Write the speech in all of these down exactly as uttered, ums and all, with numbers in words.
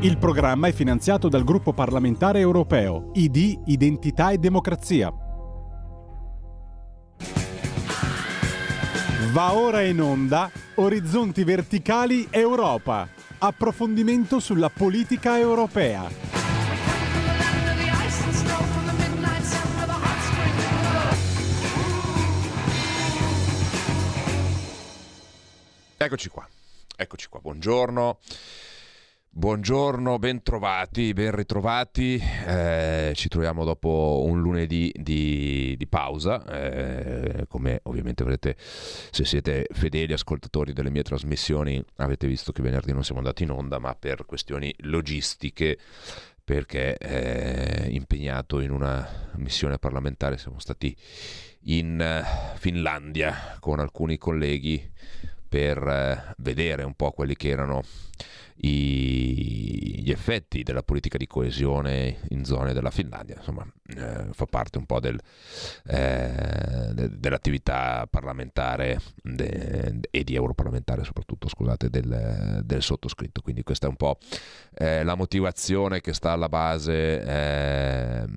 Il programma è finanziato dal gruppo parlamentare europeo I D Identità e Democrazia. Va ora in onda Orizzonti Verticali Europa. Approfondimento sulla politica europea. Eccoci qua, eccoci qua, buongiorno. Buongiorno, ben trovati, ben ritrovati, eh, ci troviamo dopo un lunedì di, di pausa, eh, come ovviamente avrete, se siete fedeli ascoltatori delle mie trasmissioni, avete visto che venerdì non siamo andati in onda, ma per questioni logistiche, perché eh, impegnato in una missione parlamentare, siamo stati in Finlandia con alcuni colleghi per eh, vedere un po' quelli che erano I, gli effetti della politica di coesione in zone della Finlandia. Insomma, eh, fa parte un po' del, eh, de, dell'attività parlamentare de, e di europarlamentare soprattutto, scusate, del, del sottoscritto. Quindi questa è un po' eh, la motivazione che sta alla base eh,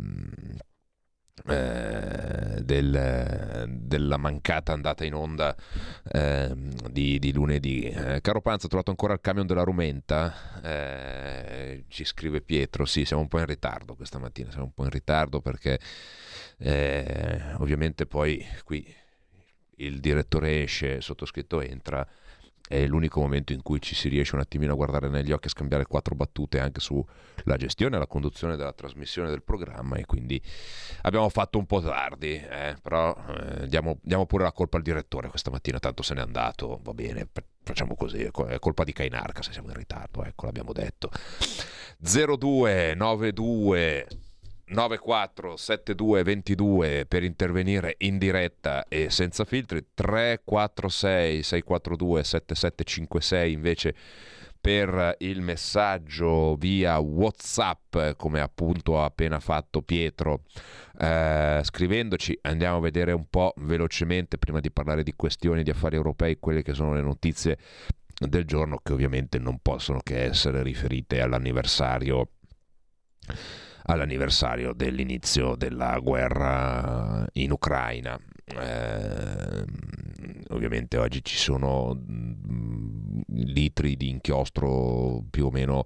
Eh, del, della mancata andata in onda eh, di, di lunedì. Eh, caro Panza, ho trovato ancora il camion della Rumenta? Eh, ci scrive Pietro. Sì, siamo un po' in ritardo questa mattina, siamo un po' in ritardo perché eh, ovviamente poi qui il direttore esce, il sottoscritto entra, è l'unico momento in cui ci si riesce un attimino a guardare negli occhi e scambiare quattro battute anche sulla gestione e la conduzione della trasmissione del programma, e quindi abbiamo fatto un po' tardi, eh, però eh, diamo, diamo pure la colpa al direttore questa mattina, tanto se n'è andato, va bene, facciamo così, è colpa di Cainarca se siamo in ritardo, ecco, l'abbiamo detto. zero due nove due nove quattro sette due due due per intervenire in diretta e senza filtri, tre quattro sei sei quattro due sette sette cinque sei invece per il messaggio via WhatsApp, come appunto ha appena fatto Pietro eh, scrivendoci. Andiamo a vedere un po' velocemente, prima di parlare di questioni di affari europei, quelle che sono le notizie del giorno, che ovviamente non possono che essere riferite all'anniversario all'anniversario dell'inizio della guerra in Ucraina. Eh, ovviamente oggi ci sono mh, litri di inchiostro più o meno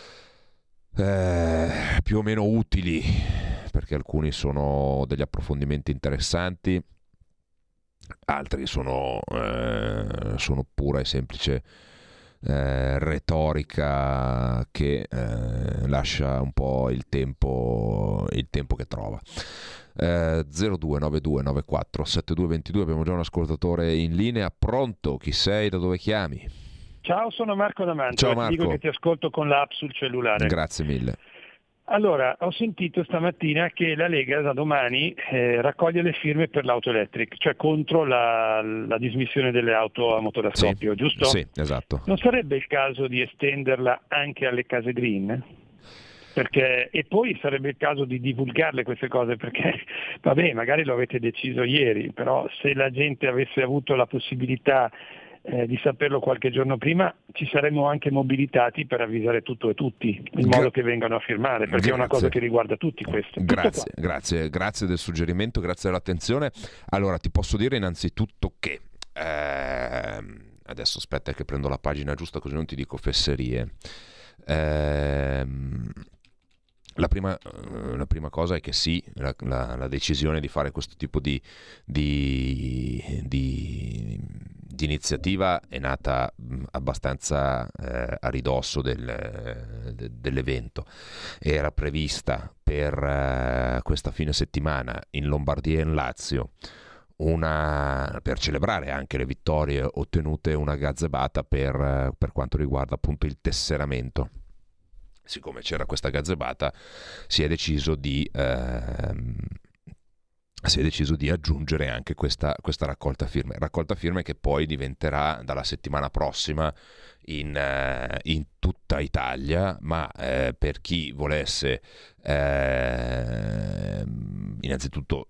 eh, più o meno utili, perché alcuni sono degli approfondimenti interessanti, altri sono, eh, sono pura e semplice Eh, retorica che eh, lascia un po' il tempo il tempo che trova. eh, zero due nove due nove quattro sette due due due, abbiamo già un ascoltatore in linea. Pronto? Chi sei? Da dove chiami? Ciao, sono Marco da Mantova. Ciao Marco. Ti dico che ti ascolto con l'app sul cellulare. Grazie mille. Allora, ho sentito stamattina che la Lega da domani eh, raccoglie le firme per l'auto elettrica, cioè contro la, la dismissione delle auto a motore a scoppio, sì, giusto? Sì, esatto. Non sarebbe il caso di estenderla anche alle case green? Perché, e poi sarebbe il caso di divulgarle queste cose, perché vabbè, magari lo avete deciso ieri, però se la gente avesse avuto la possibilità Eh, di saperlo qualche giorno prima, ci saremmo anche mobilitati per avvisare tutto e tutti, in modo che vengano a firmare, perché Grazie. È una cosa che riguarda tutti questo. Grazie, grazie, grazie del suggerimento, grazie dell'attenzione. Allora, ti posso dire innanzitutto che ehm, adesso aspetta che prendo la pagina giusta così non ti dico fesserie. Ehm, La prima, la prima cosa è che sì, la, la, la decisione di fare questo tipo di, di, di, di iniziativa è nata abbastanza eh, a ridosso del, de, dell'evento. Era prevista per eh, questa fine settimana in Lombardia e in Lazio, una, per celebrare anche le vittorie ottenute, una gazebata per, per quanto riguarda appunto il tesseramento. Siccome c'era questa gazebata, si è deciso di ehm, si è deciso di aggiungere anche questa, questa raccolta firme, raccolta firme che poi diventerà dalla settimana prossima in, eh, in tutta Italia, ma eh, per chi volesse eh, innanzitutto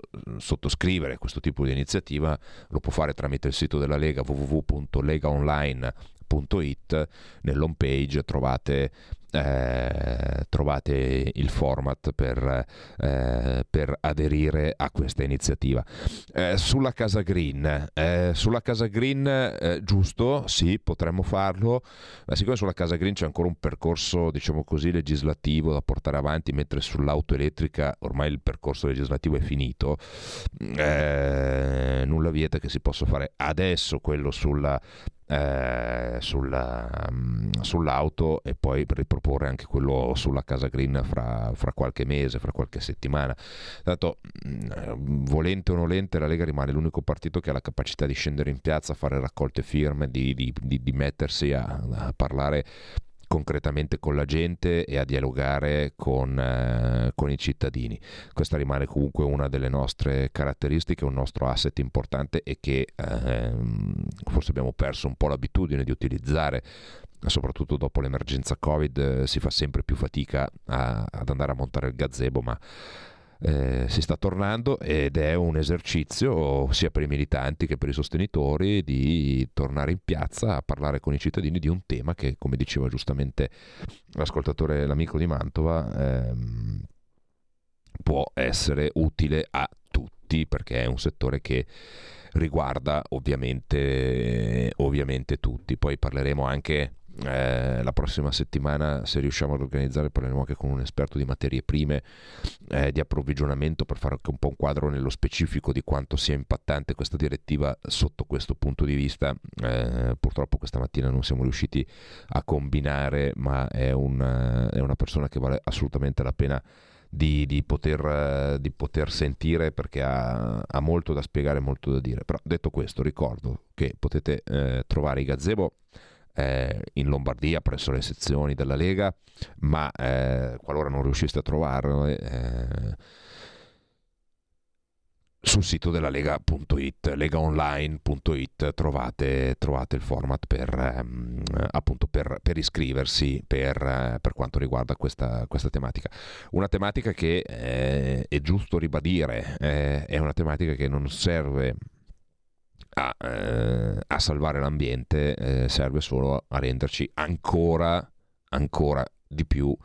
sottoscrivere questo tipo di iniziativa lo può fare tramite il sito della Lega, w w w punto legaonline punto it. Nell'home page trovate Eh, trovate il format per, eh, per aderire a questa iniziativa. Eh, sulla Casa Green, eh, sulla Casa Green eh, giusto, sì, potremmo farlo, ma siccome sulla Casa Green c'è ancora un percorso, diciamo così, legislativo da portare avanti, mentre sull'auto elettrica ormai il percorso legislativo è finito, eh, nulla vieta che si possa fare adesso quello sulla Eh, sulla, sull'auto e poi riproporre anche quello sulla Casa Green fra, fra qualche mese, fra qualche settimana. Tanto, volente o nolente, la Lega rimane l'unico partito che ha la capacità di scendere in piazza, a fare raccolte firme, di, di, di, di mettersi a, a parlare concretamente con la gente e a dialogare con, eh, con i cittadini. Questa rimane comunque una delle nostre caratteristiche, un nostro asset importante e che eh, forse abbiamo perso un po' l'abitudine di utilizzare, soprattutto dopo l'emergenza Covid. Eh, si fa sempre più fatica a, ad andare a montare il gazebo, ma Eh, si sta tornando ed è un esercizio sia per i militanti che per i sostenitori di tornare in piazza a parlare con i cittadini di un tema che, come diceva giustamente l'ascoltatore, l'amico di Mantova, ehm, può essere utile a tutti, perché è un settore che riguarda ovviamente, ovviamente tutti. Poi parleremo anche Eh, la prossima settimana, se riusciamo ad organizzare, parleremo anche con un esperto di materie prime, eh, di approvvigionamento, per fare anche un po' un quadro nello specifico di quanto sia impattante questa direttiva sotto questo punto di vista. Eh, purtroppo questa mattina non siamo riusciti a combinare, ma è, un, è una persona che vale assolutamente la pena Di, di, poter, di poter sentire, perché ha, ha molto da spiegare, molto da dire. Però detto questo, ricordo che potete eh, trovare i gazebo eh, in Lombardia presso le sezioni della Lega, ma eh, qualora non riusciste a trovarlo, eh, sul sito della lega punto it, legaonline punto it, trovate, trovate il format per, ehm, appunto per, per iscriversi per, eh, per quanto riguarda questa, questa tematica. Una tematica che eh, è giusto ribadire, eh, è una tematica che non serve a, eh, a salvare l'ambiente, eh, serve solo a renderci ancora, ancora di più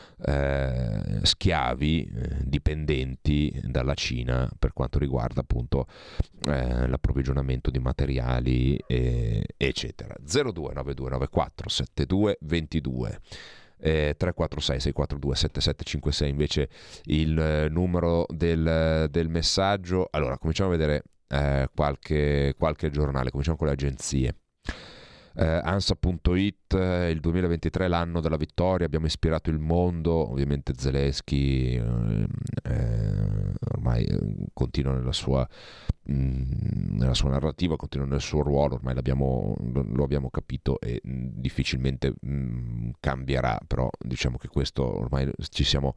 Eh, schiavi, eh, dipendenti dalla Cina per quanto riguarda appunto eh, l'approvvigionamento di materiali eh, eccetera. zero due nove due nove quattro sette due due due eh, tre quattro sei sei quattro due sette sette cinque sei invece il eh, numero del, del messaggio. Allora cominciamo a vedere eh, qualche, qualche giornale, cominciamo con le agenzie. Eh, ANSA punto it, eh, il duemilaventitré, l'anno della vittoria, abbiamo ispirato il mondo. Ovviamente Zelensky eh, eh, ormai eh, continua nella sua, mh, nella sua narrativa, continua nel suo ruolo, ormai l'abbiamo, lo, lo abbiamo capito e mh, difficilmente mh, cambierà, però diciamo che questo ormai ci siamo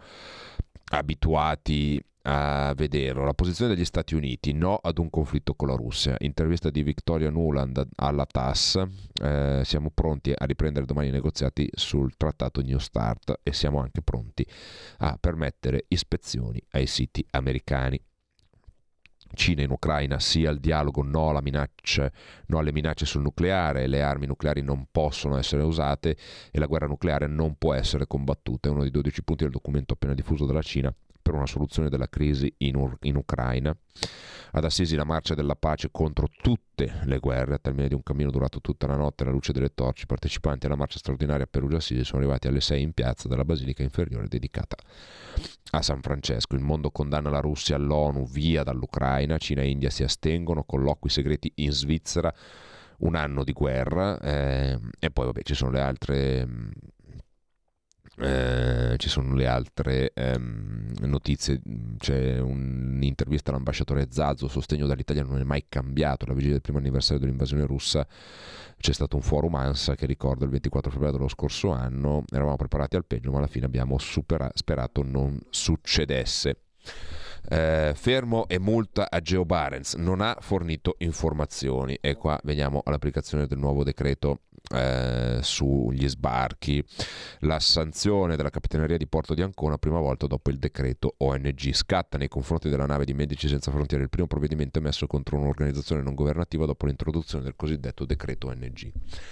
abituati a vederlo. La posizione degli Stati Uniti: no ad un conflitto con la Russia. Intervista di Victoria Nuland alla T A S S. Eh, siamo pronti a riprendere domani i negoziati sul trattato New START e siamo anche pronti a permettere ispezioni ai siti americani. Cina in Ucraina: sì al dialogo, no alla minaccia, no alle minacce sul nucleare. Le armi nucleari non possono essere usate e la guerra nucleare non può essere combattuta. È uno dei dodici punti del documento appena diffuso dalla Cina per una soluzione della crisi in, Ur- in Ucraina. Ad Assisi la marcia della pace contro tutte le guerre, a termine di un cammino durato tutta la notte alla luce delle torce. I partecipanti alla marcia straordinaria a Perugia-Assisi sono arrivati alle sei in piazza della Basilica Inferiore dedicata a San Francesco. Il mondo condanna la Russia all'ONU, via dall'Ucraina. Cina e India si astengono, colloqui segreti in Svizzera, un anno di guerra. Eh, e poi vabbè, ci sono le altre... Eh, ci sono le altre ehm, notizie. C'è un'intervista all'ambasciatore Zazo: sostegno dall'Italia non è mai cambiato. Alla vigilia del primo anniversario dell'invasione russa c'è stato un forum ANSA che ricorda il ventiquattro febbraio dello scorso anno. Eravamo preparati al peggio, ma alla fine abbiamo supera- sperato non succedesse. Eh, fermo e multa a Geo Barents, non ha fornito informazioni. E qua veniamo all'applicazione del nuovo decreto eh, sugli sbarchi. La sanzione della Capitaneria di Porto di Ancona, prima volta dopo il decreto O N G. Scatta nei confronti della nave di Medici Senza Frontiere il primo provvedimento emesso contro un'organizzazione non governativa dopo l'introduzione del cosiddetto decreto O N G.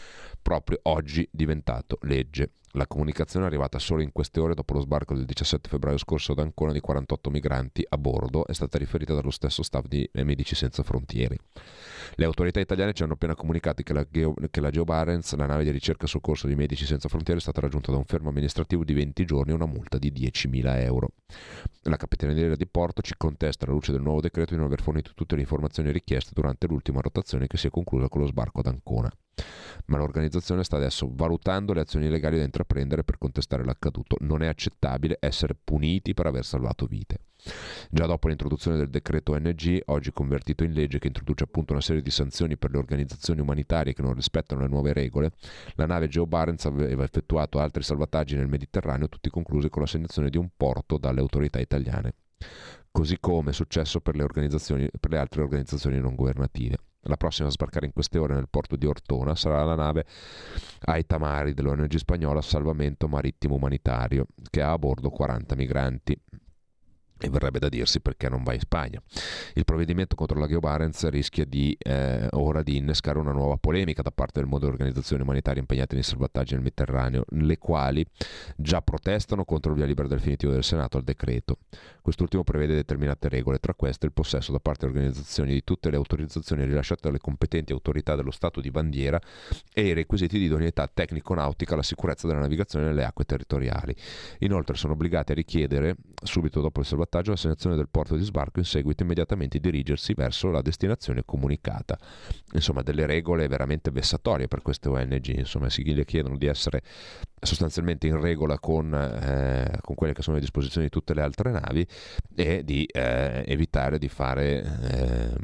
proprio oggi diventato legge. La comunicazione è arrivata solo in queste ore dopo lo sbarco del diciassette febbraio scorso ad Ancona di quarantotto migranti a bordo, è stata riferita dallo stesso staff di Medici Senza Frontiere. Le autorità italiane ci hanno appena comunicato che la, Geo, che la Geo Barents, la nave di ricerca e soccorso di Medici Senza Frontiere, è stata raggiunta da un fermo amministrativo di venti giorni e una multa di diecimila euro. La Capitaneria di Porto ci contesta, alla luce del nuovo decreto, di non aver fornito tutte le informazioni richieste durante l'ultima rotazione che si è conclusa con lo sbarco ad Ancona. Ma l'organizzazione sta adesso valutando le azioni legali da intraprendere per contestare l'accaduto. Non è accettabile essere puniti per aver salvato vite. Già dopo l'introduzione del decreto O N G, oggi convertito in legge, che introduce appunto una serie di sanzioni per le organizzazioni umanitarie che non rispettano le nuove regole, la nave Geo Barents aveva effettuato altri salvataggi nel Mediterraneo, tutti conclusi con l'assegnazione di un porto dalle autorità italiane, così come è successo per le, organizzazioni, per le altre organizzazioni non governative. La prossima a sbarcare in queste ore nel porto di Ortona sarà la nave Aita Mari dell'O N G spagnola Salvamento Marittimo Umanitario, che ha a bordo quaranta migranti. E verrebbe da dirsi perché non va in Spagna. Il provvedimento contro la Geo Barents rischia di eh, ora di innescare una nuova polemica da parte del mondo delle organizzazioni umanitarie impegnate nei salvataggi nel Mediterraneo, le quali già protestano contro il via libera definitivo del Senato al decreto. Quest'ultimo prevede determinate regole, tra queste il possesso da parte delle organizzazioni di tutte le autorizzazioni rilasciate dalle competenti autorità dello Stato di bandiera e i requisiti di idoneità tecnico-nautica alla sicurezza della navigazione nelle acque territoriali. Inoltre sono obbligati a richiedere, subito dopo il salvataggio, l'assegnazione del porto di sbarco, in seguito immediatamente dirigersi verso la destinazione comunicata. Insomma, delle regole veramente vessatorie per queste O N G. Insomma, si gli chiedono di essere sostanzialmente in regola con, eh, con quelle che sono le disposizioni di tutte le altre navi e di eh, evitare di fare eh,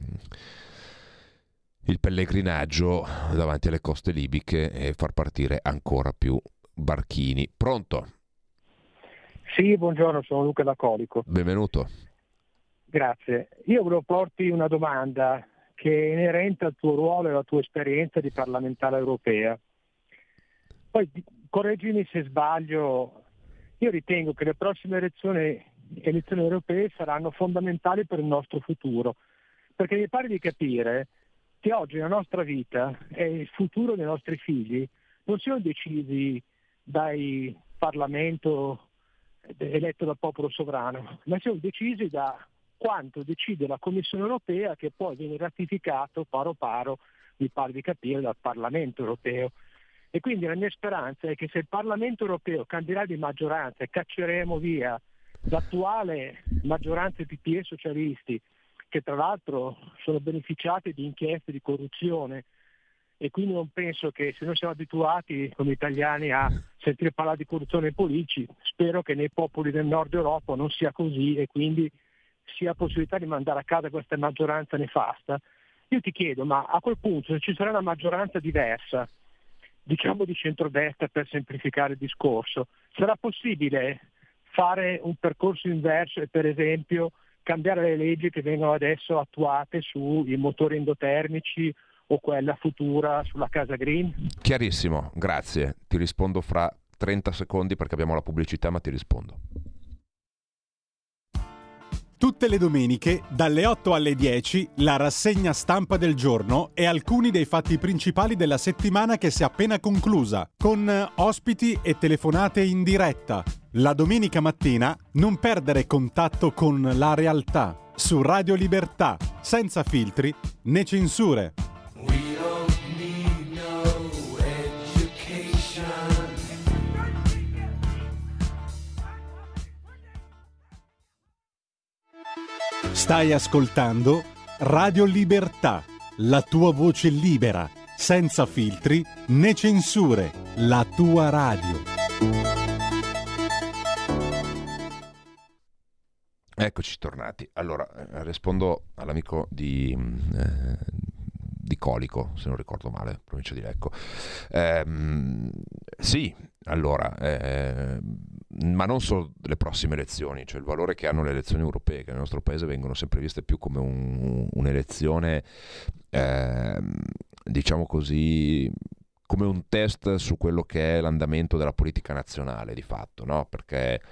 il pellegrinaggio davanti alle coste libiche e far partire ancora più barchini. Pronto? Sì, buongiorno, sono Luca da Colico. Benvenuto. Grazie. Io volevo porti una domanda che è inerente al tuo ruolo e alla tua esperienza di parlamentare europea. Poi correggimi se sbaglio, io ritengo che le prossime elezioni, elezioni europee saranno fondamentali per il nostro futuro, perché mi pare di capire che oggi la nostra vita e il futuro dei nostri figli non siano decisi dal Parlamento eletto dal popolo sovrano, ma siano decisi da quanto decide la Commissione europea, che poi viene ratificato paro paro, mi pare di capire, dal Parlamento europeo. E quindi la mia speranza è che se il Parlamento europeo cambierà di maggioranza e cacceremo via l'attuale maggioranza P P E socialisti, che tra l'altro sono beneficiati di inchieste di corruzione, e quindi non penso che, se noi siamo abituati come italiani a sentire parlare di corruzione nei politici, spero che nei popoli del nord Europa non sia così e quindi sia possibilità di mandare a casa questa maggioranza nefasta. Io ti chiedo, ma a quel punto, se ci sarà una maggioranza diversa, diciamo di centrodestra per semplificare il discorso, sarà possibile fare un percorso inverso e per esempio cambiare le leggi che vengono adesso attuate sui motori endotermici o quella futura sulla casa green? Chiarissimo, grazie. Ti rispondo fra trenta secondi perché abbiamo la pubblicità, ma ti rispondo. Tutte le domeniche, dalle otto alle dieci, la rassegna stampa del giorno e alcuni dei fatti principali della settimana che si è appena conclusa, con ospiti e telefonate in diretta. La domenica mattina non perdere contatto con la realtà, su Radio Libertà, senza filtri né censure. Stai ascoltando Radio Libertà, la tua voce libera, senza filtri né censure, la tua radio. Eccoci tornati. Allora, eh, rispondo all'amico di, eh, di Colico, se non ricordo male, provincia di Lecco. Ehm, sì, allora, eh, ma non solo le prossime elezioni, cioè il valore che hanno le elezioni europee, che nel nostro paese vengono sempre viste più come un, un'elezione, eh, diciamo così, come un test su quello che è l'andamento della politica nazionale, di fatto, no? Perché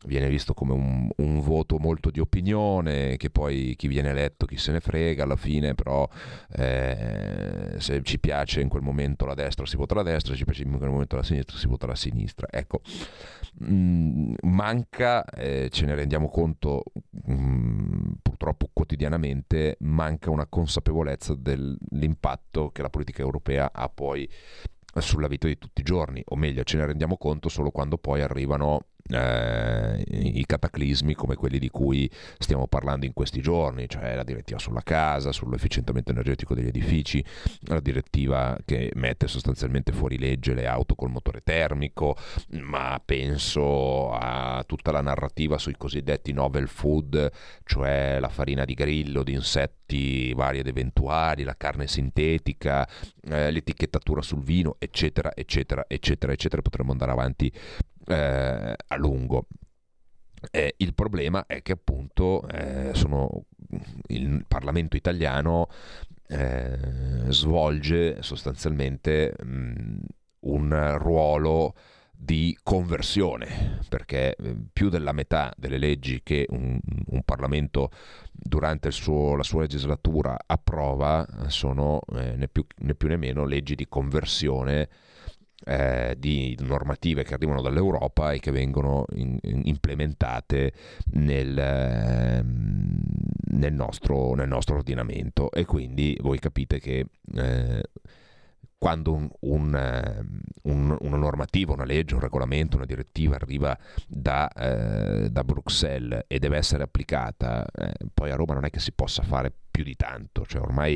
viene visto come un, un voto molto di opinione, che poi chi viene eletto chi se ne frega alla fine, però eh, se ci piace in quel momento la destra si vota la destra, se ci piace in quel momento la sinistra si vota la sinistra. Ecco, mh, manca, eh, ce ne rendiamo conto mh, purtroppo quotidianamente, manca una consapevolezza dell'impatto che la politica europea ha poi sulla vita di tutti i giorni, o meglio ce ne rendiamo conto solo quando poi arrivano eh, i cataclismi come quelli di cui stiamo parlando in questi giorni, cioè la direttiva sulla casa, sull'efficientamento energetico degli edifici, la direttiva che mette sostanzialmente fuori legge le auto col motore termico, ma penso a tutta la narrativa sui cosiddetti novel food, cioè la farina di grillo, di insetti vari ed eventuali, la carne sintetica, eh, l'etichettatura sul vino, eccetera, eccetera, eccetera, eccetera. Potremmo andare avanti eh, a lungo. Eh, il problema è che appunto eh, sono, il Parlamento italiano eh, svolge sostanzialmente mh, un ruolo di conversione, perché più della metà delle leggi che un, un Parlamento durante il suo, la sua legislatura approva sono eh, né, più, né più né meno leggi di conversione eh, di normative che arrivano dall'Europa e che vengono in, in, implementate nel, eh, nel, nostro, nel nostro ordinamento. E quindi voi capite che eh, quando un, un, un, una normativa, una legge, un regolamento, una direttiva arriva da, eh, da Bruxelles e deve essere applicata, eh, poi a Roma non è che si possa fare più di tanto, cioè ormai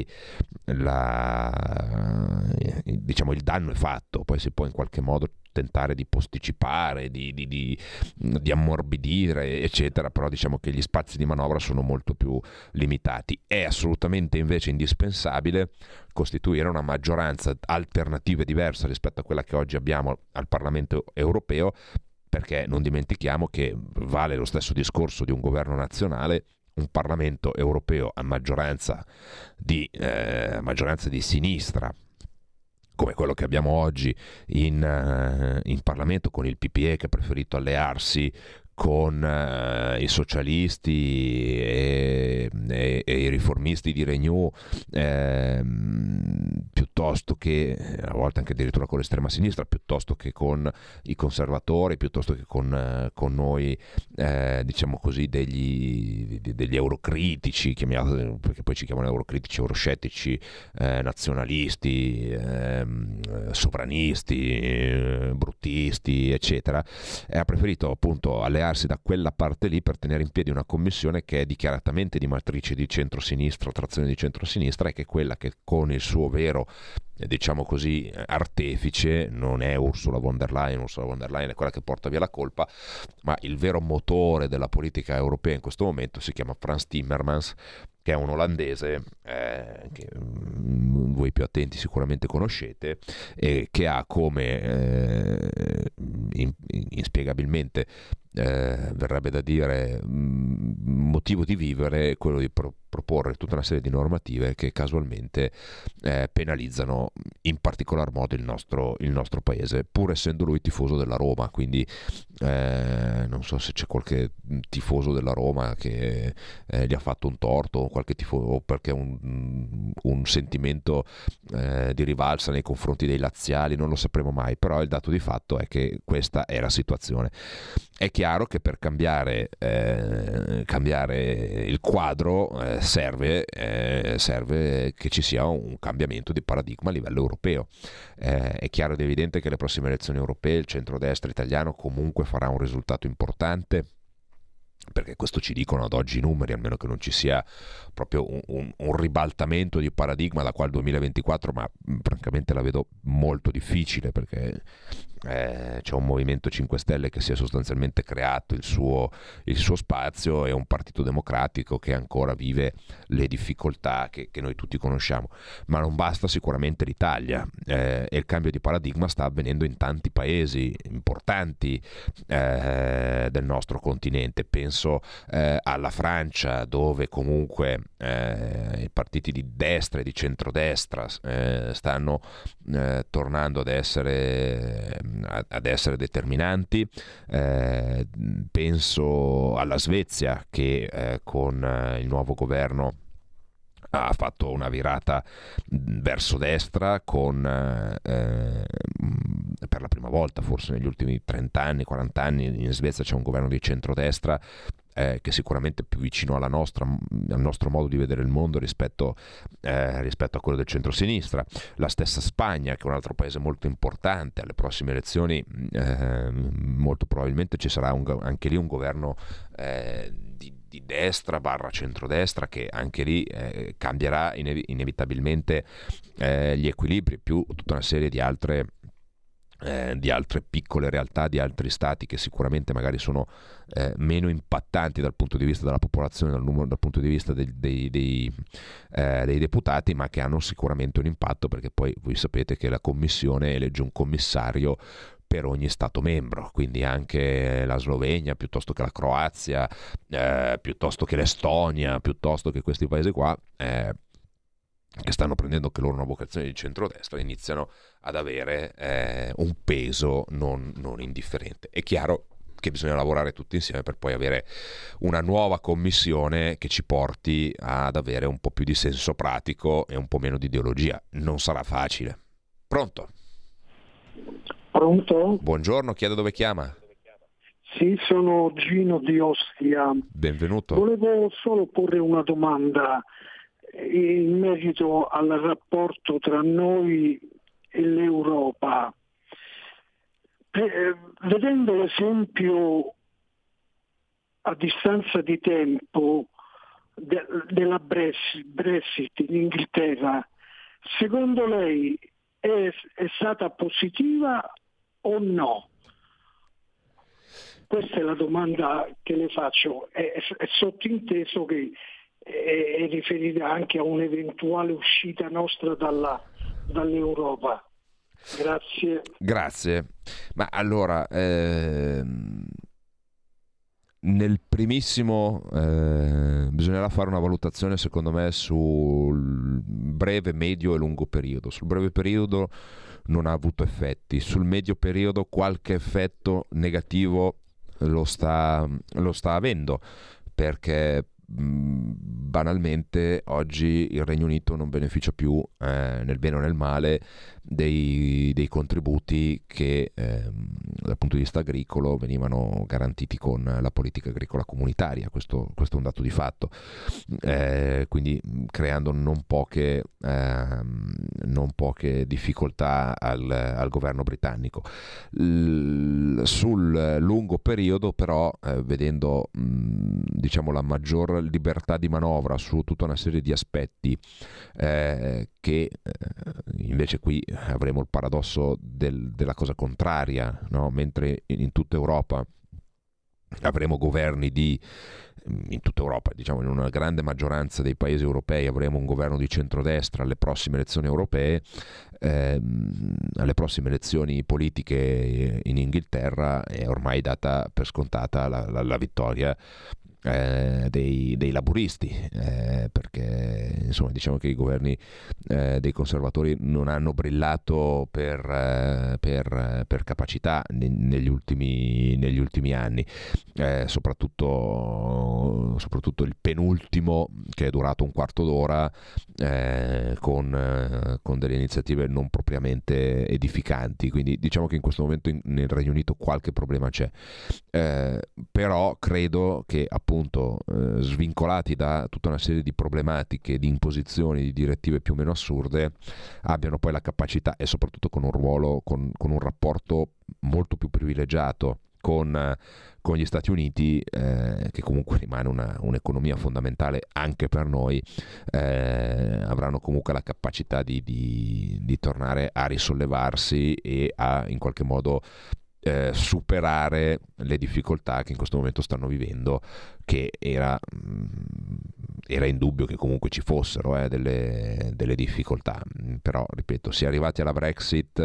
la, diciamo, il danno è fatto, poi si può in qualche modo tentare di posticipare, di, di, di, di ammorbidire, eccetera, però diciamo che gli spazi di manovra sono molto più limitati. È assolutamente invece indispensabile costituire una maggioranza alternativa e diversa rispetto a quella che oggi abbiamo al Parlamento europeo, perché non dimentichiamo che vale lo stesso discorso di un governo nazionale. Un Parlamento europeo a maggioranza di, eh, maggioranza di sinistra, come quello che abbiamo oggi in, uh, in Parlamento, con il P P E che ha preferito allearsi con uh, i socialisti e, e, e i riformisti di Renew, eh, piuttosto che a volte anche addirittura con l'estrema sinistra, piuttosto che con i conservatori, piuttosto che con, uh, con noi, eh, diciamo così, degli, degli eurocritici, chiamiamo, perché poi ci chiamano eurocritici, euroscettici, eh, nazionalisti, eh, sovranisti, eh, bruttisti, eccetera, e ha preferito appunto allearsi da quella parte lì per tenere in piedi una commissione che è dichiaratamente di matrice di centrosinistra, trazione di centrosinistra, e che è quella che con il suo vero, diciamo così, artefice non è Ursula von der Leyen. Ursula von der Leyen è quella che porta via la colpa, ma il vero motore della politica europea in questo momento si chiama Frans Timmermans, che è un olandese eh, che mh, voi più attenti sicuramente conoscete, e che ha come eh, in, inspiegabilmente eh, verrebbe da dire mh, motivo di vivere quello di pro- proporre tutta una serie di normative che casualmente eh, penalizzano in particolar modo il nostro, il nostro paese, pur essendo lui tifoso della Roma. Quindi eh, non so se c'è qualche tifoso della Roma che eh, gli ha fatto un torto, o qualche tifoso, o perché un, un sentimento eh, di rivalsa nei confronti dei laziali, non lo sapremo mai, però il dato di fatto è che questa è la situazione. È chiaro che per cambiare, eh, cambiare il quadro eh, serve, eh, serve che ci sia un cambiamento di paradigma a livello europeo. Eh, è chiaro ed evidente che le prossime elezioni europee il centrodestra italiano comunque farà un risultato importante, perché questo ci dicono ad oggi i numeri, almeno che non ci sia proprio un, un, un ribaltamento di paradigma da qua al duemilaventiquattro, ma francamente la vedo molto difficile, perché eh, c'è un Movimento cinque Stelle che si è sostanzialmente creato il suo, il suo spazio, e un Partito Democratico che ancora vive le difficoltà che, che noi tutti conosciamo. Ma non basta sicuramente l'Italia, eh, e il cambio di paradigma sta avvenendo in tanti paesi importanti eh, del nostro continente. Penso eh, alla Francia, dove comunque eh, i partiti di destra e di centrodestra eh, stanno eh, tornando ad essere ad essere determinanti. Eh, penso alla Svezia che eh, con eh, il nuovo governo ha fatto una virata verso destra con eh, per la prima volta forse negli ultimi trenta anni, quaranta anni in Svezia c'è un governo di centrodestra eh, che è sicuramente più vicino alla nostra, al nostro modo di vedere il mondo rispetto, eh, rispetto a quello del centrosinistra. La stessa Spagna, che è un altro paese molto importante, alle prossime elezioni eh, molto probabilmente ci sarà un, anche lì un governo eh, di di destra barra centrodestra che anche lì eh, cambierà inev- inevitabilmente eh, gli equilibri, più tutta una serie di altre eh, di altre piccole realtà di altri stati che sicuramente magari sono eh, meno impattanti dal punto di vista della popolazione, dal, numero, dal punto di vista dei, dei, dei, eh, dei deputati, ma che hanno sicuramente un impatto, perché poi voi sapete che la Commissione elegge un commissario per ogni Stato membro, quindi anche la Slovenia, piuttosto che la Croazia, eh, piuttosto che l'Estonia, piuttosto che questi paesi qua, eh, che stanno prendendo anche loro una vocazione di centrodestra, iniziano ad avere eh, un peso non, non indifferente. È chiaro che bisogna lavorare tutti insieme per poi avere una nuova commissione che ci porti ad avere un po' più di senso pratico e un po' meno di ideologia. Non sarà facile. Pronto? Pronto? Buongiorno, chiedo dove chiama. Sì, sono Gino di Ostia. Benvenuto. Volevo solo porre una domanda in merito al rapporto tra noi e l'Europa. Vedendo l'esempio a distanza di tempo de- della Brexit in Inghilterra, secondo lei è, è stata positiva o no? Questa è la domanda che le faccio. È, è sottinteso che è, è riferita anche a un'eventuale uscita nostra dalla, dall'Europa. Grazie. Grazie. Ma allora, ehm, nel primissimo eh, bisognerà fare una valutazione secondo me sul breve, medio e lungo periodo. Sul breve periodo non ha avuto effetti, sul medio periodo qualche effetto negativo lo sta, lo sta avendo, perché mh, banalmente oggi il Regno Unito non beneficia più eh, nel bene o nel male dei, dei contributi che eh, dal punto di vista agricolo venivano garantiti con la politica agricola comunitaria. Questo, questo è un dato di fatto, eh, quindi creando non poche, eh, non poche difficoltà al, al governo britannico. L- sul lungo periodo però, eh, vedendo mh, diciamo la maggior libertà di manovra su tutta una serie di aspetti, eh, che eh, invece qui avremo il paradosso del, della cosa contraria, no? Mentre in tutta Europa avremo governi di in tutta Europa, diciamo in una grande maggioranza dei paesi europei avremo un governo di centrodestra alle prossime elezioni europee, ehm, alle prossime elezioni politiche in Inghilterra è ormai data per scontata la, la, la vittoria Eh, dei, dei laburisti, eh, perché insomma diciamo che i governi eh, dei conservatori non hanno brillato per, eh, per, per capacità ne, negli, ultimi, negli ultimi anni, eh, soprattutto, soprattutto il penultimo, che è durato un quarto d'ora, eh, con, eh, con delle iniziative non propriamente edificanti, quindi diciamo che in questo momento in, nel Regno Unito qualche problema c'è, eh, però credo che appunto Eh, svincolati da tutta una serie di problematiche, di imposizioni, di direttive più o meno assurde, abbiano poi la capacità, e soprattutto con un ruolo, con, con un rapporto molto più privilegiato con, con gli Stati Uniti, eh, che comunque rimane una, un'economia fondamentale anche per noi, eh, avranno comunque la capacità di, di, di tornare a risollevarsi e a in qualche modo Eh, superare le difficoltà che in questo momento stanno vivendo, che era, mh, era indubbio che comunque ci fossero eh, delle, delle difficoltà, però ripeto, si è arrivati alla Brexit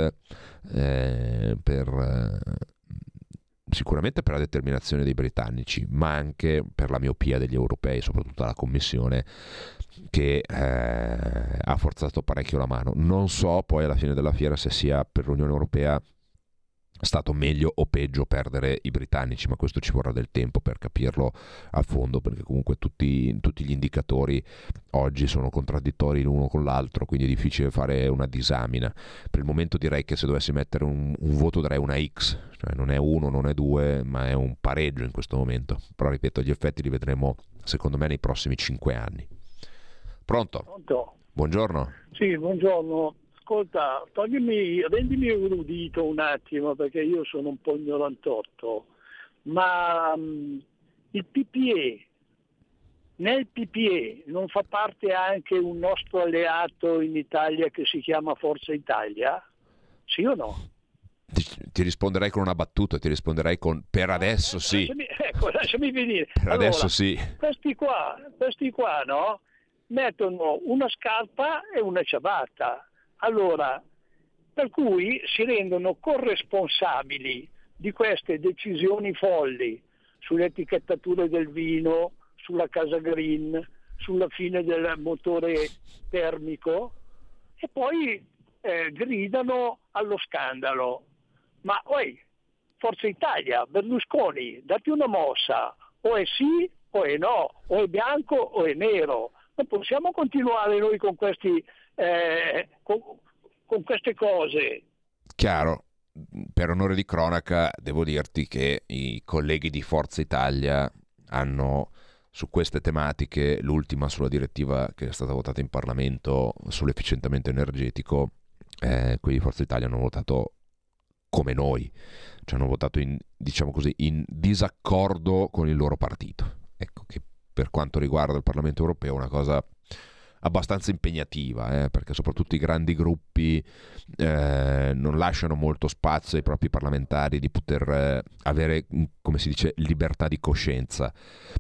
eh, per eh, sicuramente per la determinazione dei britannici, ma anche per la miopia degli europei, soprattutto la Commissione, che eh, ha forzato parecchio la mano. Non so poi alla fine della fiera se sia per l'Unione Europea stato meglio o peggio perdere i britannici, ma questo ci vorrà del tempo per capirlo a fondo, perché comunque tutti, tutti gli indicatori oggi sono contraddittori l'uno con l'altro, quindi è difficile fare una disamina. Per il momento direi che se dovessi mettere un, un voto darei una X, cioè non è uno, non è due, ma è un pareggio in questo momento, però ripeto, gli effetti li vedremo secondo me nei prossimi cinque anni. Pronto? Pronto? Buongiorno. Sì, buongiorno. Ascolta, toglimi, rendimi erudito un attimo, perché io sono un po' ignorantotto, ma um, il P P E, nel P P E non fa parte anche un nostro alleato in Italia che si chiama Forza Italia? Sì o no? Ti, ti risponderei con una battuta, ti risponderei con per adesso sì. Lasciami, ecco, lasciami venire. Per allora, adesso sì. Questi qua, questi qua, no? Mettono una scarpa e una ciabatta. Allora, per cui si rendono corresponsabili di queste decisioni folli sulle etichettature del vino, sulla casa green, sulla fine del motore termico, e poi eh, gridano allo scandalo. Ma oi, Forza Italia, Berlusconi, datti una mossa, o è sì o è no, o è bianco o è nero. Non possiamo continuare noi con questi eh, con, con queste cose. Chiaro. Per onore di cronaca devo dirti che i colleghi di Forza Italia hanno su queste tematiche, l'ultima sulla direttiva che è stata votata in Parlamento sull'efficientamento energetico, eh, quelli di Forza Italia hanno votato come noi, cioè hanno votato in, diciamo così, in disaccordo con il loro partito. Ecco che per quanto riguarda il Parlamento europeo è una cosa abbastanza impegnativa, eh, perché soprattutto i grandi gruppi eh, non lasciano molto spazio ai propri parlamentari di poter eh, avere, come si dice, libertà di coscienza.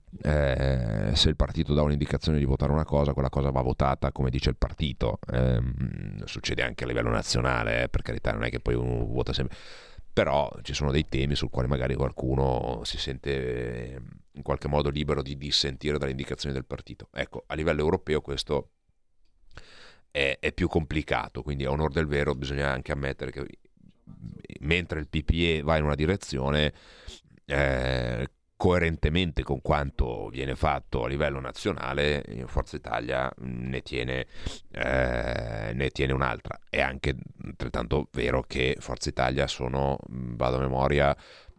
Eh, se il partito dà un'indicazione di votare una cosa, quella cosa va votata come dice il partito. Eh, succede anche a livello nazionale, eh, per carità, non è che poi uno vota sempre, però ci sono dei temi sul quale magari qualcuno si sente in qualche modo libero di dissentire dalle indicazioni del partito. Ecco, a livello europeo questo è, è più complicato, quindi a onor del vero bisogna anche ammettere che mentre il P P E va in una direzione, eh, coerentemente con quanto viene fatto a livello nazionale, Forza Italia ne tiene, eh, ne tiene un'altra. È anche altrettanto vero che Forza Italia sono, vado a memoria,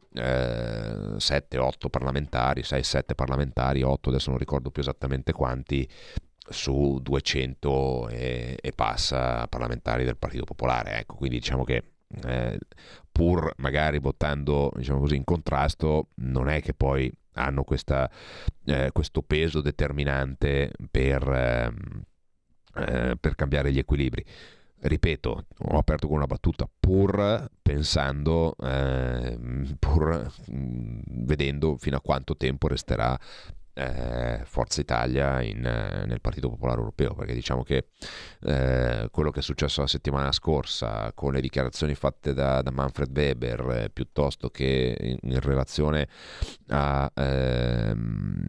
eh, sette otto parlamentari, sei sette parlamentari, otto, adesso non ricordo più esattamente quanti, su duecento e, e passa parlamentari del Partito Popolare. Ecco, quindi diciamo che Eh, pur magari votando, diciamo così, in contrasto, non è che poi hanno questa, eh, questo peso determinante per, eh, eh, per cambiare gli equilibri. Ripeto, ho aperto con una battuta, pur pensando, eh, pur mh, vedendo fino a quanto tempo resterà Eh, Forza Italia in, eh, nel Partito Popolare Europeo, perché diciamo che eh, quello che è successo la settimana scorsa con le dichiarazioni fatte da, da Manfred Weber, eh, piuttosto che in, in relazione a ehm,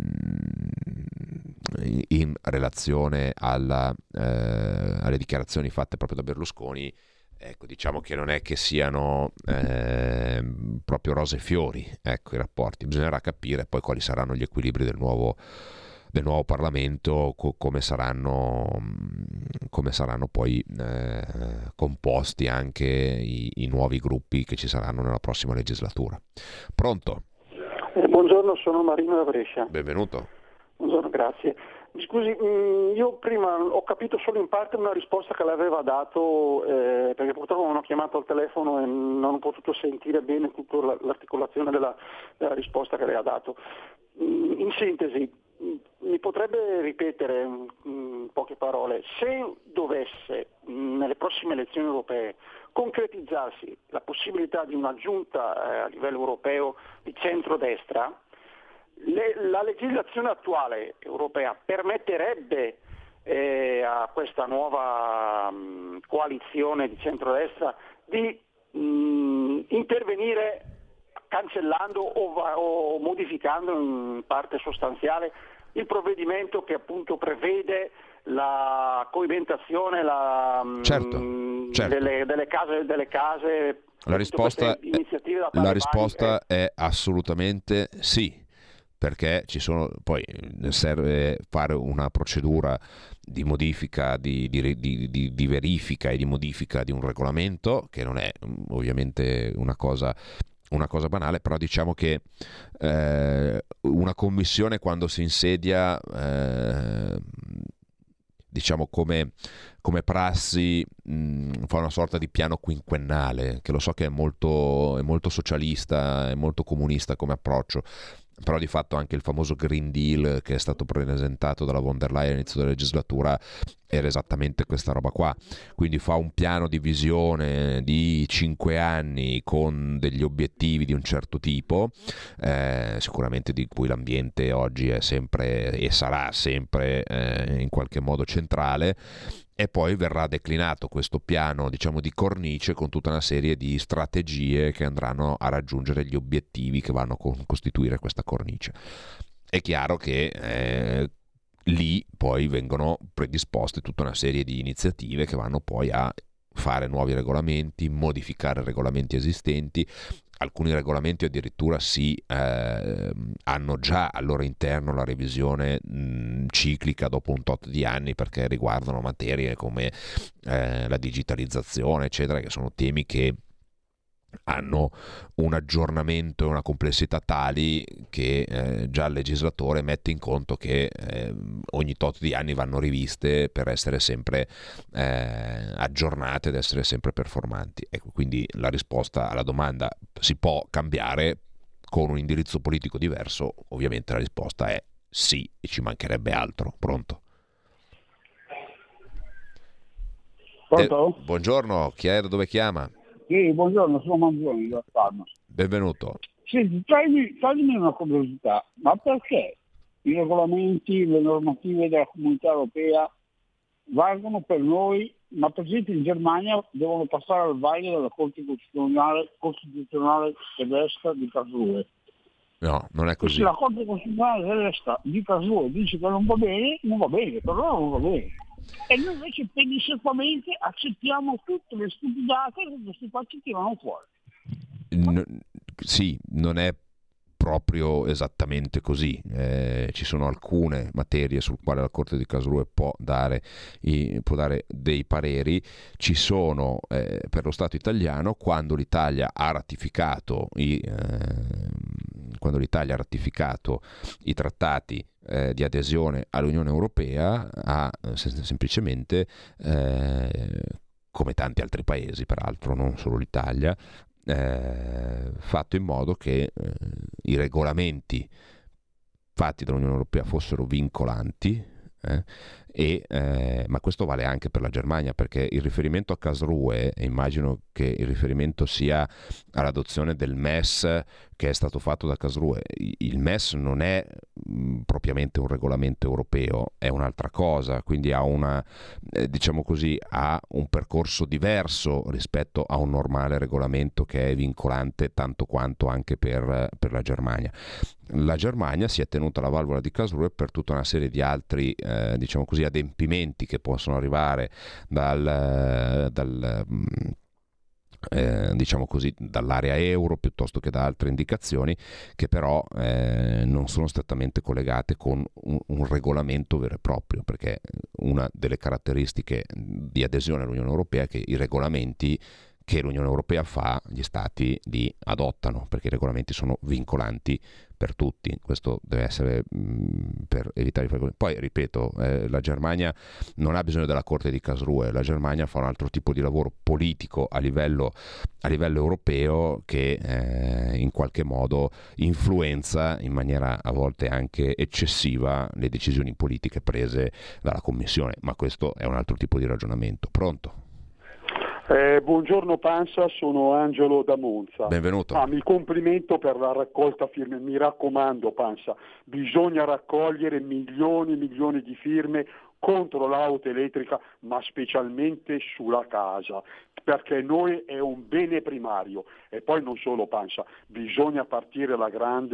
in relazione alla, eh, alle dichiarazioni fatte proprio da Berlusconi, ecco, diciamo che non è che siano eh, proprio rose e fiori, ecco, i rapporti. Bisognerà capire poi quali saranno gli equilibri del nuovo, del nuovo Parlamento, co- come saranno, come saranno poi eh, composti anche i, i nuovi gruppi che ci saranno nella prossima legislatura. Pronto? Eh, buongiorno, sono Marino da Brescia. Benvenuto. Buongiorno, grazie. Scusi, io prima ho capito solo in parte una risposta che l'aveva dato, eh, perché purtroppo non ho chiamato al telefono e non ho potuto sentire bene tutta l'articolazione della, della risposta che lei ha dato. In sintesi, mi potrebbe ripetere in poche parole, se dovesse nelle prossime elezioni europee concretizzarsi la possibilità di una giunta eh, a livello europeo di centrodestra, Le, la legislazione attuale europea permetterebbe eh, a questa nuova mh, coalizione di centrodestra di mh, intervenire cancellando o, o modificando in parte sostanziale il provvedimento che appunto prevede la coibentazione la, certo, mh, certo. Delle, delle case, delle case La risposta, la risposta è assolutamente sì, perché ci sono, poi serve fare una procedura di modifica, di, di, di, di, di verifica e di modifica di un regolamento, che non è ovviamente una cosa, una cosa banale, però diciamo che eh, una commissione quando si insedia, eh, diciamo come, come prassi, mh, fa una sorta di piano quinquennale, che lo so che è molto, è molto socialista, è molto comunista come approccio, però di fatto anche il famoso Green Deal che è stato presentato dalla von der Leyen all'inizio della legislatura era esattamente questa roba qua, quindi fa un piano di visione di cinque anni con degli obiettivi di un certo tipo, eh, sicuramente di cui l'ambiente oggi è sempre e sarà sempre eh, in qualche modo centrale, e poi verrà declinato questo piano, diciamo, di cornice con tutta una serie di strategie che andranno a raggiungere gli obiettivi che vanno a costituire questa cornice. È chiaro che eh, lì poi vengono predisposte tutta una serie di iniziative che vanno poi a fare nuovi regolamenti, modificare regolamenti esistenti. Alcuni regolamenti addirittura si eh, hanno già al loro interno la revisione mh, ciclica dopo un tot di anni, perché riguardano materie come eh, la digitalizzazione, eccetera, che sono temi che hanno un aggiornamento e una complessità tali che eh, già il legislatore mette in conto che eh, ogni tot di anni vanno riviste per essere sempre eh, aggiornate ed essere sempre performanti. Ecco, quindi la risposta alla domanda si può cambiare con un indirizzo politico diverso, ovviamente la risposta è sì, e ci mancherebbe altro. Pronto? Pronto? De- buongiorno, chi è, da dove chiama? Sì, buongiorno, sono Manzoni da Parma. Benvenuto. Senti, toglimi, toglimi una curiosità, ma perché i regolamenti, le normative della Comunità Europea valgono per noi, ma per esempio in Germania devono passare al vaglio della Corte Costituzionale, Costituzionale tedesca di Karlsruhe? No, non è così. Se la Corte Costituzionale tedesca di Karlsruhe dice che non va bene, non va bene, per loro non va bene. E noi invece pedissequamente accettiamo tutte le stupidate che questi qua ci tirano fuori. No, sì, non è proprio esattamente così. Eh, ci sono alcune materie sul quale la Corte di Karlsruhe può dare, i, può dare dei pareri. Ci sono eh, per lo Stato italiano, quando l'Italia ha ratificato i, eh, quando l'Italia ha ratificato i trattati eh, di adesione all'Unione Europea, ha eh, semplicemente eh, come tanti altri paesi, peraltro non solo l'Italia, Eh, fatto in modo che eh, i regolamenti fatti dall'Unione Europea fossero vincolanti, eh, e, eh, ma questo vale anche per la Germania, perché il riferimento a Karlsruhe, e immagino che il riferimento sia all'adozione del M E S che è stato fatto da Karlsruhe. Il M E S non è mh, propriamente un regolamento europeo, è un'altra cosa, quindi ha una, eh, diciamo così, ha un percorso diverso rispetto a un normale regolamento che è vincolante tanto quanto anche per, per la Germania. La Germania si è tenuta la valvola di Karlsruhe per tutta una serie di altri, eh, diciamo così, adempimenti che possono arrivare dal, dal Eh, diciamo così, dall'area euro piuttosto che da altre indicazioni, che però eh, non sono strettamente collegate con un, un regolamento vero e proprio, perché una delle caratteristiche di adesione all'Unione Europea è che i regolamenti che l'Unione Europea fa, gli stati li adottano, perché i regolamenti sono vincolanti per tutti. Questo deve essere mh, per evitare i... Poi ripeto, eh, la Germania non ha bisogno della Corte di Karlsruhe, la Germania fa un altro tipo di lavoro politico a livello, a livello europeo che eh, in qualche modo influenza in maniera a volte anche eccessiva le decisioni politiche prese dalla Commissione, ma questo è un altro tipo di ragionamento. Pronto? Eh, buongiorno Pansa, sono Angelo da Monza. Benvenuto. Ah, mi complimento per la raccolta firme, mi raccomando Pansa, bisogna raccogliere milioni e milioni di firme contro l'auto elettrica, ma specialmente sulla casa, perché noi è un bene primario. E poi non solo Pansa, bisogna partire alla grande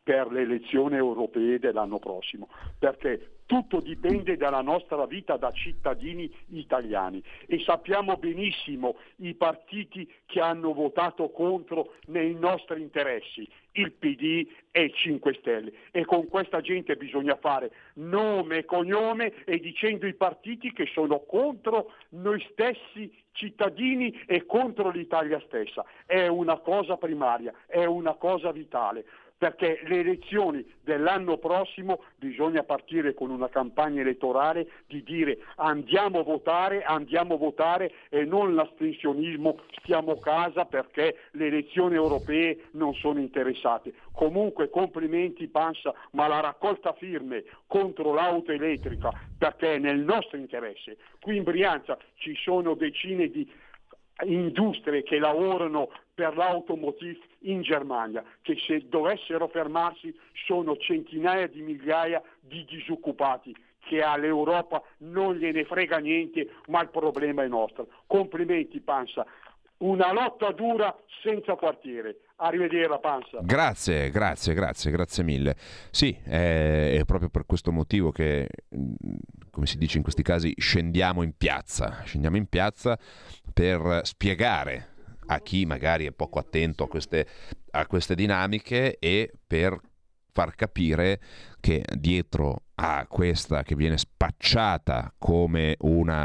per le elezioni europee dell'anno prossimo, perché tutto dipende dalla nostra vita da cittadini italiani e sappiamo benissimo i partiti che hanno votato contro nei nostri interessi, il P D e il cinque Stelle, e con questa gente bisogna fare nome e cognome e dicendo i partiti che sono contro noi stessi cittadini e contro l'Italia stessa. È una cosa primaria, è una cosa vitale. Perché le elezioni dell'anno prossimo bisogna partire con una campagna elettorale di dire andiamo a votare, andiamo a votare e non l'astensionismo, stiamo a casa perché le elezioni europee non sono interessate. Comunque complimenti Pansa, ma la raccolta firme contro l'auto elettrica perché è nel nostro interesse. Qui in Brianza ci sono decine di industrie che lavorano per l'automotive in Germania, che se dovessero fermarsi sono centinaia di migliaia di disoccupati che all'Europa non gliene frega niente, ma il problema è nostro. Complimenti Pansa, una lotta dura senza quartiere. Arrivederla Pansa. Grazie, grazie, grazie, grazie mille. Sì, è, è proprio per questo motivo che, come si dice in questi casi, scendiamo in piazza, scendiamo in piazza per spiegare a chi magari è poco attento a queste, a queste dinamiche e per far capire che dietro a questa che viene spacciata come una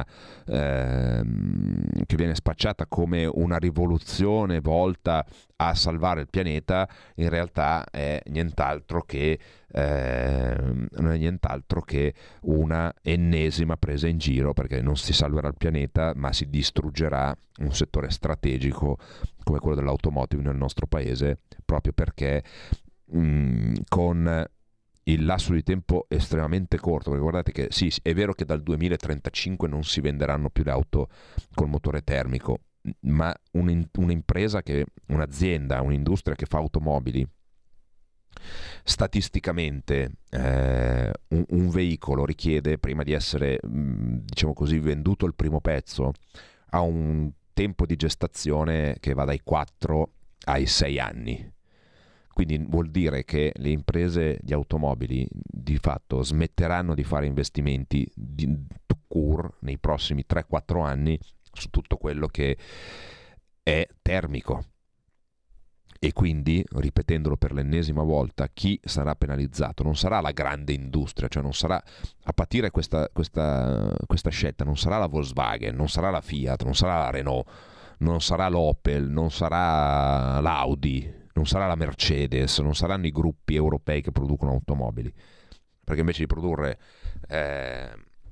ehm, che viene spacciata come una rivoluzione volta a salvare il pianeta, in realtà è nient'altro che ehm, non è nient'altro che una ennesima presa in giro, perché non si salverà il pianeta ma si distruggerà un settore strategico come quello dell'automotive nel nostro paese, proprio perché mh, con il lasso di tempo estremamente corto, perché guardate che sì, è vero che dal duemilatrentacinque non si venderanno più le auto col motore termico, ma un, un'impresa che, un'azienda, un'industria che fa automobili, statisticamente eh, un, un veicolo richiede, prima di essere diciamo così venduto il primo pezzo, ha un tempo di gestazione che va dai quattro ai sei anni. Quindi vuol dire che le imprese di automobili di fatto smetteranno di fare investimenti di tout court nei prossimi tre quattro anni su tutto quello che è termico. E quindi, ripetendolo per l'ennesima volta, chi sarà penalizzato non sarà la grande industria, cioè non sarà a patire questa, questa, questa scelta, non sarà la Volkswagen, non sarà la Fiat, non sarà la Renault, non sarà l'Opel, non sarà l'Audi, non sarà la Mercedes, non saranno i gruppi europei che producono automobili, perché invece di produrre eh,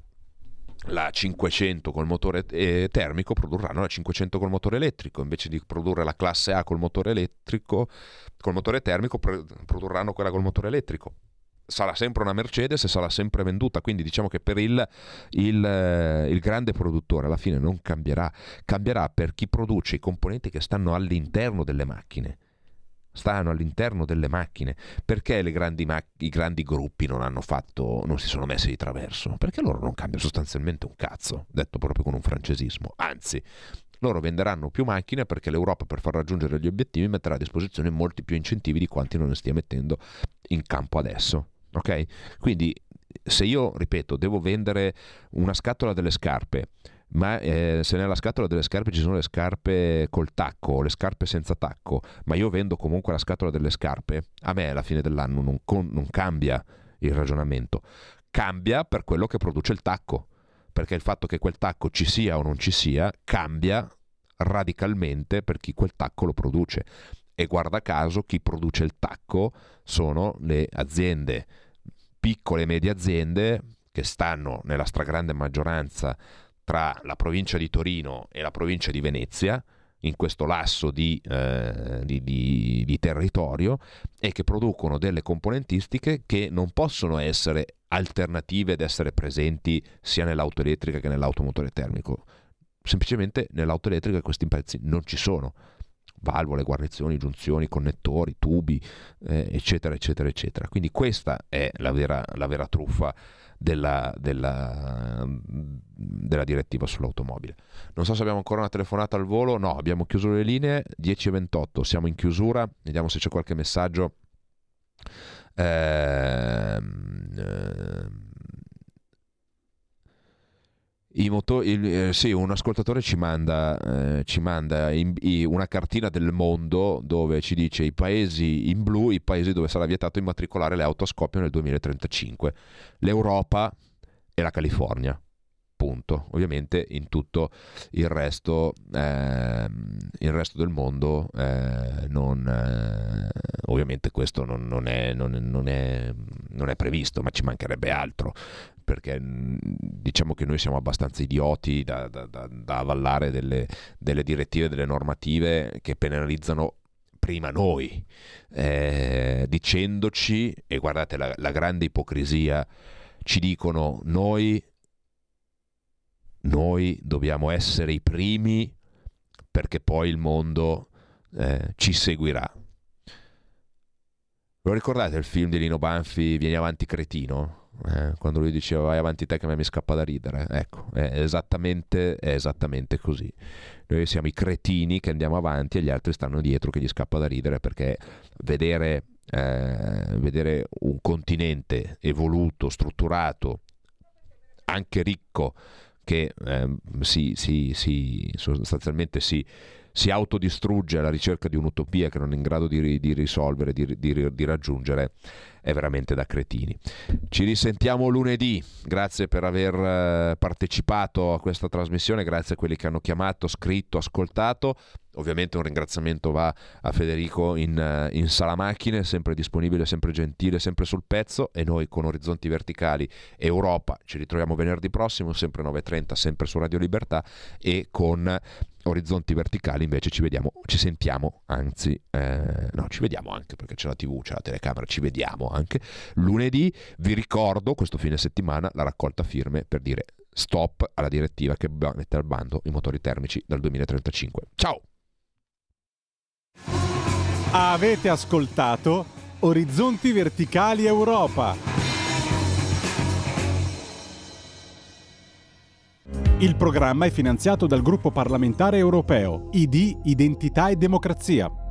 la cinquecento col motore eh, termico produrranno la cinquecento col motore elettrico, invece di produrre la classe A col motore elettrico, col motore termico produrranno quella col motore elettrico. Sarà sempre una Mercedes e sarà sempre venduta, quindi diciamo che per il, il, il grande produttore alla fine non cambierà, cambierà per chi produce i componenti che stanno all'interno delle macchine. stanno all'interno delle macchine. Perché le grandi mac- i grandi gruppi non hanno fatto, non si sono messi di traverso? Perché loro non cambiano sostanzialmente un cazzo, detto proprio con un francesismo. Anzi, loro venderanno più macchine perché l'Europa, per far raggiungere gli obiettivi, metterà a disposizione molti più incentivi di quanti non ne stia mettendo in campo adesso. Ok? Quindi se io, ripeto, devo vendere una scatola delle scarpe, ma eh, se nella scatola delle scarpe ci sono le scarpe col tacco, le scarpe senza tacco, ma io vendo comunque la scatola delle scarpe, a me alla fine dell'anno non, con, non cambia il ragionamento, cambia per quello che produce il tacco, perché il fatto che quel tacco ci sia o non ci sia cambia radicalmente per chi quel tacco lo produce, e guarda caso chi produce il tacco sono le aziende, piccole e medie aziende, che stanno nella stragrande maggioranza tra la provincia di Torino e la provincia di Venezia, in questo lasso di, eh, di, di, di territorio, e che producono delle componentistiche che non possono essere alternative ed essere presenti sia nell'auto elettrica che nell'automotore termico. Semplicemente nell'auto elettrica questi pezzi non ci sono. Valvole, guarnizioni, giunzioni, connettori, tubi, eh, eccetera, eccetera, eccetera. Quindi questa è la vera, la vera truffa della, della, della direttiva sull'automobile. Non so se abbiamo ancora una telefonata al volo. No, abbiamo chiuso le linee, dieci e ventotto, siamo in chiusura. Vediamo se c'è qualche messaggio ehm, ehm, I motori, il, eh, sì, un ascoltatore ci manda, eh, ci manda in, in una cartina del mondo dove ci dice i paesi in blu, i paesi dove sarà vietato immatricolare le auto a scoppio nel duemilatrentacinque, l'Europa e la California. Punto. Ovviamente in tutto il resto, eh, il resto del mondo, eh, non, eh, ovviamente questo non, non, è, non, non, è, non è previsto, ma ci mancherebbe altro, perché diciamo che noi siamo abbastanza idioti da, da, da, da avallare delle, delle direttive, delle normative che penalizzano prima noi, eh, dicendoci, e guardate la, la grande ipocrisia, ci dicono noi Noi dobbiamo essere i primi perché poi il mondo eh, ci seguirà. Lo ricordate il film di Lino Banfi, Vieni avanti cretino? Eh, quando lui diceva vai avanti te che a me mi scappa da ridere. Ecco, è esattamente, è esattamente così. Noi siamo i cretini che andiamo avanti e gli altri stanno dietro che gli scappa da ridere, perché vedere, eh, vedere un continente evoluto, strutturato, anche ricco, che eh, si, si, si, sostanzialmente si, si autodistrugge alla ricerca di un'utopia che non è in grado di, di risolvere, di, di, di raggiungere, è veramente da cretini. Ci risentiamo lunedì, grazie per aver partecipato a questa trasmissione, grazie a quelli che hanno chiamato, scritto, ascoltato. Ovviamente un ringraziamento va a Federico in, in sala macchine, sempre disponibile, sempre gentile, sempre sul pezzo, e noi con Orizzonti Verticali Europa ci ritroviamo venerdì prossimo, sempre nove e trenta, sempre su Radio Libertà, e con Orizzonti Verticali invece ci vediamo, ci sentiamo, anzi eh, no, ci vediamo anche perché c'è la tivù, c'è la telecamera, ci vediamo anche lunedì. Vi ricordo questo fine settimana la raccolta firme per dire stop alla direttiva che mette al bando i motori termici dal duemilatrentacinque. Ciao! Avete ascoltato Orizzonti Verticali Europa. Il programma è finanziato dal gruppo parlamentare europeo I D Identità e Democrazia.